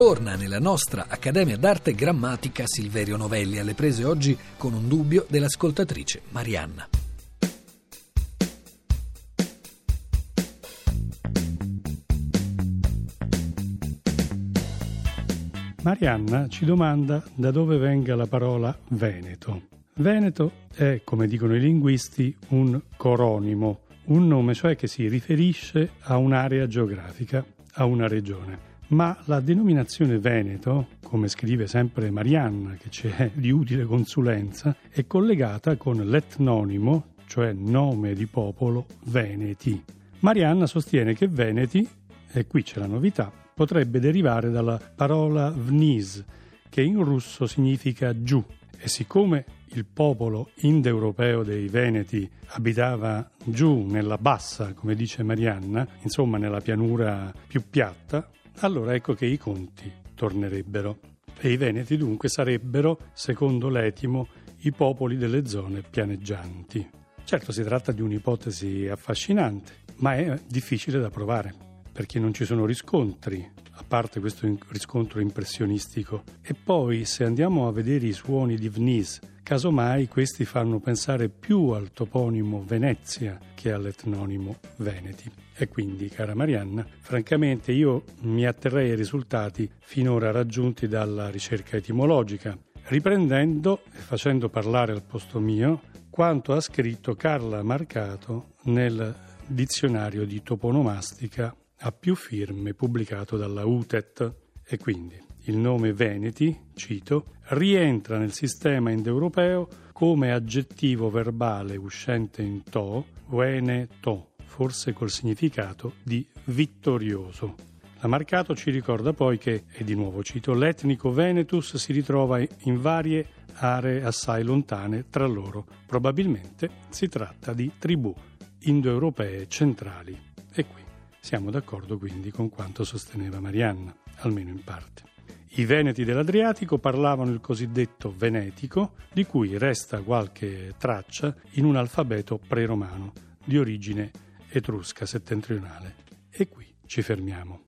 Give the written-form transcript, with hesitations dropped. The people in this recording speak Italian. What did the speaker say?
Torna nella nostra Accademia d'Arte Grammatica Silverio Novelli, alle prese oggi con un dubbio dell'ascoltatrice Marianna. Marianna ci domanda da dove venga la parola Veneto. Veneto è, come dicono i linguisti, un coronimo, un nome cioè che si riferisce a un'area geografica, a una regione. Ma la denominazione Veneto, come scrive sempre Marianna, che ci è di utile consulenza, è collegata con l'etnonimo, cioè nome di popolo, Veneti. Marianna sostiene che Veneti, e qui c'è la novità, potrebbe derivare dalla parola Vniz, che in russo significa giù, e siccome il popolo indoeuropeo dei Veneti abitava giù nella bassa, come dice Marianna, insomma nella pianura più piatta, allora ecco che i conti tornerebbero. E i Veneti dunque sarebbero, secondo l'etimo, i popoli delle zone pianeggianti. Certo si tratta di un'ipotesi affascinante, ma è difficile da provare, perché non ci sono riscontri, a parte questo riscontro impressionistico. E poi, se andiamo a vedere i suoni di Vniz, casomai questi fanno pensare più al toponimo Venezia che all'etnonimo Veneti. E quindi, cara Marianna, francamente io mi atterrei ai risultati finora raggiunti dalla ricerca etimologica, riprendendo e facendo parlare al posto mio quanto ha scritto Carla Marcato nel dizionario di toponomastica a più firme pubblicato dalla UTET. E quindi il nome Veneti, cito, rientra nel sistema indoeuropeo come aggettivo verbale uscente in to, Veneto, forse col significato di vittorioso. La Marcato ci ricorda poi che, e di nuovo cito, l'etnico Venetus si ritrova in varie aree assai lontane tra loro. Probabilmente si tratta di tribù indoeuropee centrali. E qui siamo d'accordo quindi con quanto sosteneva Marianna, almeno in parte. I Veneti dell'Adriatico parlavano il cosiddetto venetico, di cui resta qualche traccia in un alfabeto preromano di origine etrusca settentrionale. E qui ci fermiamo.